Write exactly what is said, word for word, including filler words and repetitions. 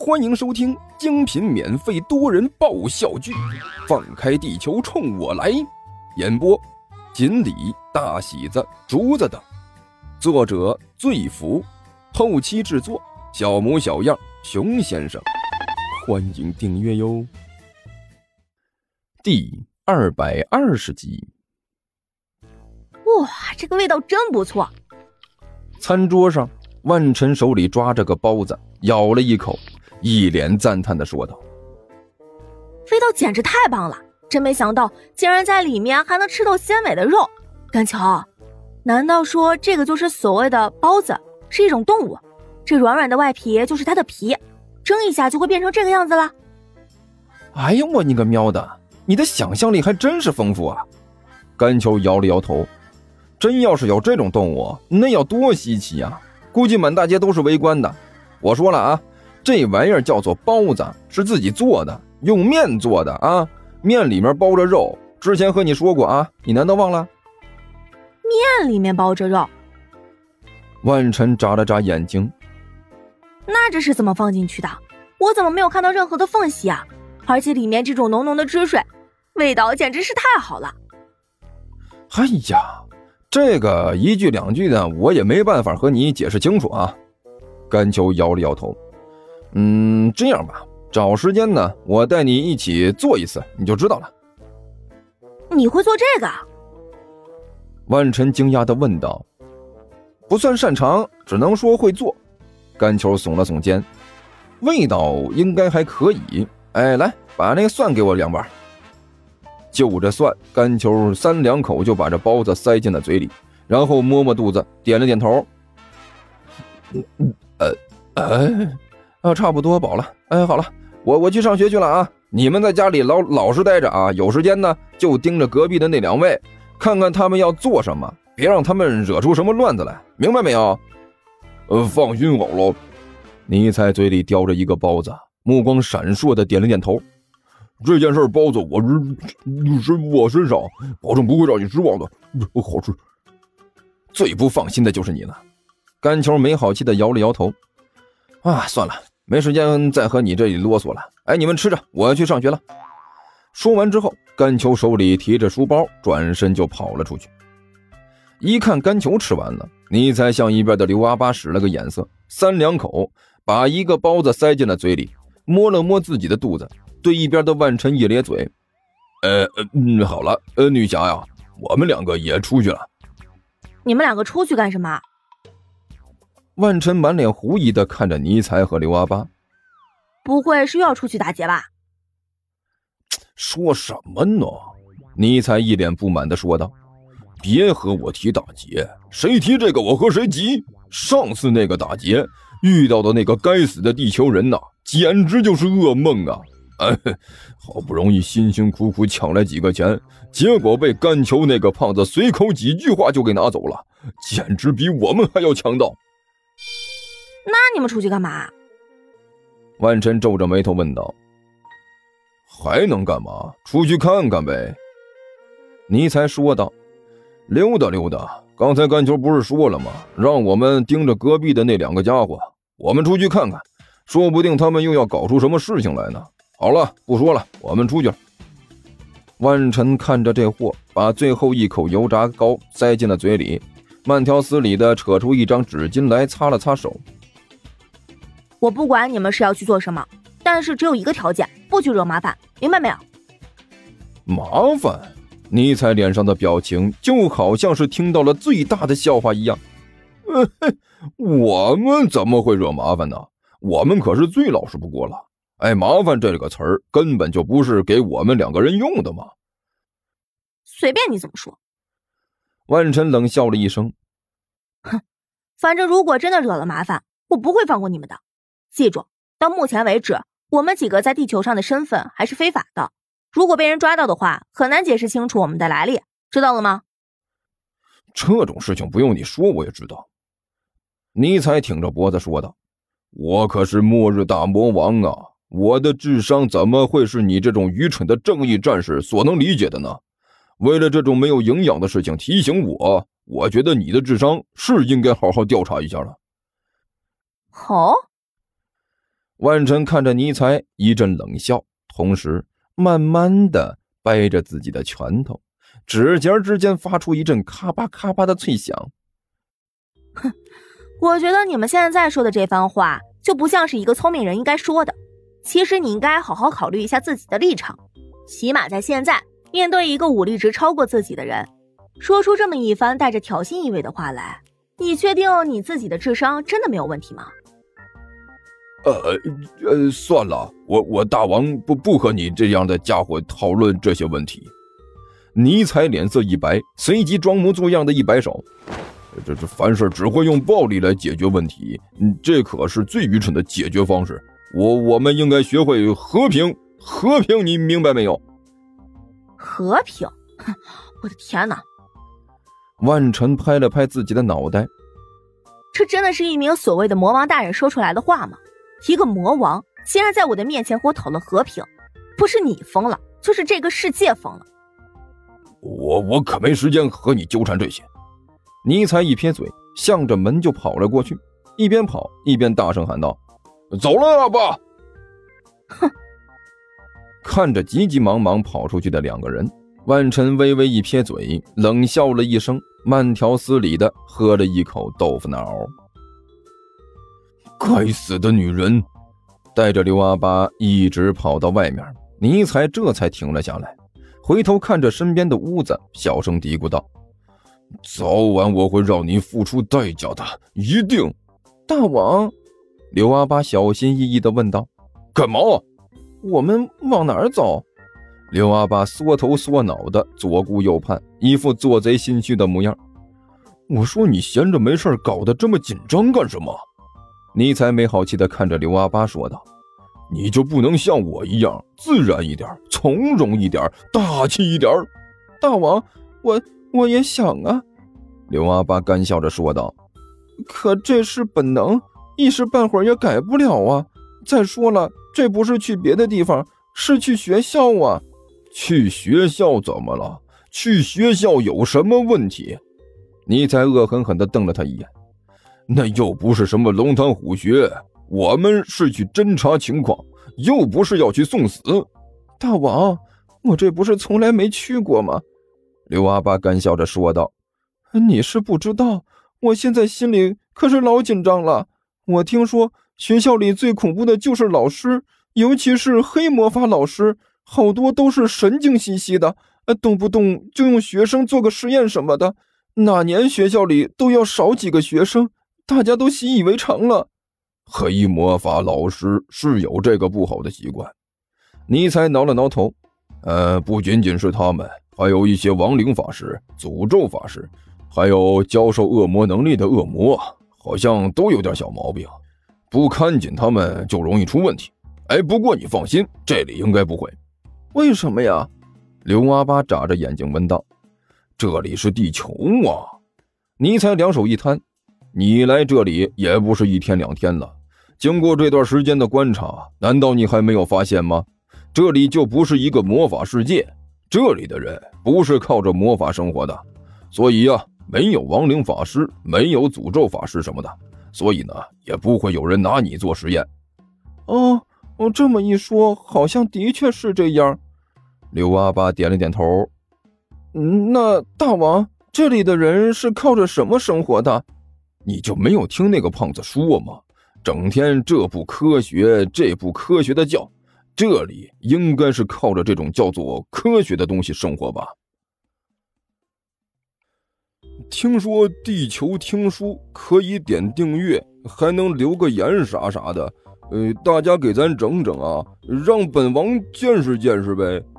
欢迎收听精品免费多人爆笑剧《放开地球冲我来》，演播锦鲤、大喜子、竹子等，作者醉福，后期制作小模小样、熊先生。欢迎订阅哟。第二百二十集。 哇，这个味道真不错。 餐桌上，万晨手里抓着个包子，咬了一口，一脸赞叹地说道： 味道简直太棒了，真没想到竟然在里面还能吃到鲜美的肉。甘乔，难道说这个就是所谓的包子，是一种动物？这软软的外皮就是它的皮，蒸一下就会变成这个样子了？ 哎呦我你个喵的，你的想象力还真是丰富啊。甘乔摇了摇头，真要是有这种动物，那要多稀奇啊，估计满大街都是围观的。我说了啊，这玩意儿叫做包子，是自己做的，用面做的啊，面里面包着肉，之前和你说过啊，你难道忘了？ 面里面包着肉？ 万晨眨了眨眼睛， 那这是怎么放进去的？我怎么没有看到任何的缝隙啊？而且里面这种浓浓的汁水，味道简直是太好了。 哎呀，这个一句两句的我也没办法和你解释清楚啊。甘秋摇了摇头，嗯，这样吧，找时间呢，我带你一起做一次，你就知道了。 你会做这个？ 万晨惊讶地问道。不算擅长，只能说会做。甘秋耸了耸肩，味道应该还可以。哎，来，把那个蒜给我两瓣。就着蒜，甘秋三两口就把这包子塞进了嘴里，然后摸摸肚子，点了点头。呃，哎，啊，差不多饱了。哎，好了，我我去上学去了啊！你们在家里老老实待着啊，有时间呢就盯着隔壁的那两位，看看他们要做什么，别让他们惹出什么乱子来，明白没有？呃，放心好了。尼采嘴里叼着一个包子，目光闪烁的点了点头。这件事包子我身我身上，保证不会让你失望的，好吃。最不放心的就是你了。甘球没好气的摇了摇头。啊，算了，没时间再和你这里啰嗦了。哎，你们吃着，我要去上学了。说完之后，甘球手里提着书包，转身就跑了出去。一看甘球吃完了，你才向一边的刘阿八使了个眼色，三两口把一个包子塞进了嘴里，摸了摸自己的肚子，对一边的万晨一咧嘴。呃嗯，好了，呃，女侠呀，我们两个也出去了。 你们两个出去干什么？ 万晨满脸狐疑地看着尼才和刘阿八。 不会是又要出去打劫吧？ 说什么呢？尼才一脸不满地说道。别和我提打劫，谁提这个我和谁急。上次那个打劫遇到的那个该死的地球人呐、啊，简直就是噩梦啊！哎，好不容易辛辛苦苦抢来几个钱，结果被甘球那个胖子随口几句话就给拿走了，简直比我们还要强盗。 那你们出去干嘛？ 万晨皱着眉头问道。还能干嘛？出去看看呗。尼才说道。溜达溜达，刚才甘球不是说了吗？让我们盯着隔壁的那两个家伙，我们出去看看，说不定他们又要搞出什么事情来呢。好了，不说了，我们出去了。万晨看着这货，把最后一口油炸糕塞进了嘴里，慢条斯理地扯出一张纸巾来擦了擦手。 我不管你们是要去做什么，但是只有一个条件，不许惹麻烦，明白没有？ 麻烦？尼采脸上的表情就好像是听到了最大的笑话一样。呃，我们怎么会惹麻烦呢？我们可是最老实不过了。哎，麻烦这个词儿根本就不是给我们两个人用的嘛。 随便你怎么说。 万晨冷笑了一声。 哼，反正如果真的惹了麻烦，我不会放过你们的。记住，到目前为止，我们几个在地球上的身份还是非法的。如果被人抓到的话，很难解释清楚我们的来历，知道了吗？ 这种事情不用你说我也知道。尼采挺着脖子说道。我可是末日大魔王啊，我的智商怎么会是你这种愚蠢的正义战士所能理解的呢？为了这种没有营养的事情提醒我，我觉得你的智商是应该好好调查一下了。 好、哦， 万晨看着尼采一阵冷笑，同时慢慢的掰着自己的拳头，指尖之间发出一阵咔吧咔吧的脆响。 哼，我觉得你们现在说的这番话就不像是一个聪明人应该说的。其实你应该好好考虑一下自己的立场，起码在现在面对一个武力值超过自己的人，说出这么一番带着挑衅意味的话来，你确定你自己的智商真的没有问题吗？ 呃呃，算了，我我大王不不和你这样的家伙讨论这些问题。尼采脸色一白，随即装模作样的一摆手，这这凡事只会用暴力来解决问题，这可是最愚蠢的解决方式。我我们应该学会和平，和平，你明白没有？ 和平？我的天哪！ 万晨拍了拍自己的脑袋， 这真的是一名所谓的魔王大人说出来的话吗？一个魔王竟然在我的面前和我讨论和平，不是你疯了，就是这个世界疯了。 我我可没时间和你纠缠这些。尼采一撇嘴，向着门就跑了过去，一边跑一边大声喊道：走了，爸！ 哼！ 看着急急忙忙跑出去的两个人，万晨微微一撇嘴，冷笑了一声，慢条斯理地喝了一口豆腐脑。该死的女人！带着刘阿八一直跑到外面，尼采这才停了下来，回头看着身边的屋子，小声嘀咕道：早晚我会让你付出代价的，一定！ 大王， 刘阿八小心翼翼地问道：干嘛？ 我们往哪儿走？ 刘阿八缩头缩脑的左顾右盼，一副做贼心虚的模样。我说你闲着没事搞得这么紧张干什么？尼采没好气地看着刘阿八说道：你就不能像我一样自然一点，从容一点，大气一点？ 大王，我我也想啊。 刘阿八干笑着说道： 可这是本能，一时半会儿也改不了啊。再说了，这不是去别的地方，是去学校啊。 去学校怎么了？去学校有什么问题？尼采恶狠狠地瞪了他一眼。那又不是什么龙潭虎穴，我们是去侦查情况，又不是要去送死。 大王，我这不是从来没去过吗？ 刘阿八干笑着说道。 你是不知道，我现在心里可是老紧张了。我听说学校里最恐怖的就是老师，尤其是黑魔法老师，好多都是神经兮兮的，动不动就用学生做个实验什么的，哪年学校里都要少几个学生，大家都习以为常了。 黑魔法老师是有这个不好的习惯。尼采挠了挠头，呃，不仅仅是他们，还有一些亡灵法师、诅咒法师，还有教授恶魔能力的恶魔，好像都有点小毛病，不看紧他们就容易出问题。哎，不过你放心，这里应该不会。 为什么呀？ 刘阿八眨着眼睛问道。这里是地球啊！尼采两手一摊，你来这里也不是一天两天了，经过这段时间的观察，难道你还没有发现吗？这里就不是一个魔法世界，这里的人不是靠着魔法生活的，所以啊，没有亡灵法师，没有诅咒法师什么的，所以呢，也不会有人拿你做实验。 哦，我这么一说，好像的确是这样。 刘阿八点了点头。 嗯，那大王，这里的人是靠着什么生活的？ 你就没有听那个胖子说吗？整天这不科学这不科学的叫，这里应该是靠着这种叫做科学的东西生活吧。听说地球听书可以点订阅，还能留个言啥啥的，呃，大家给咱整整啊，让本王见识见识呗。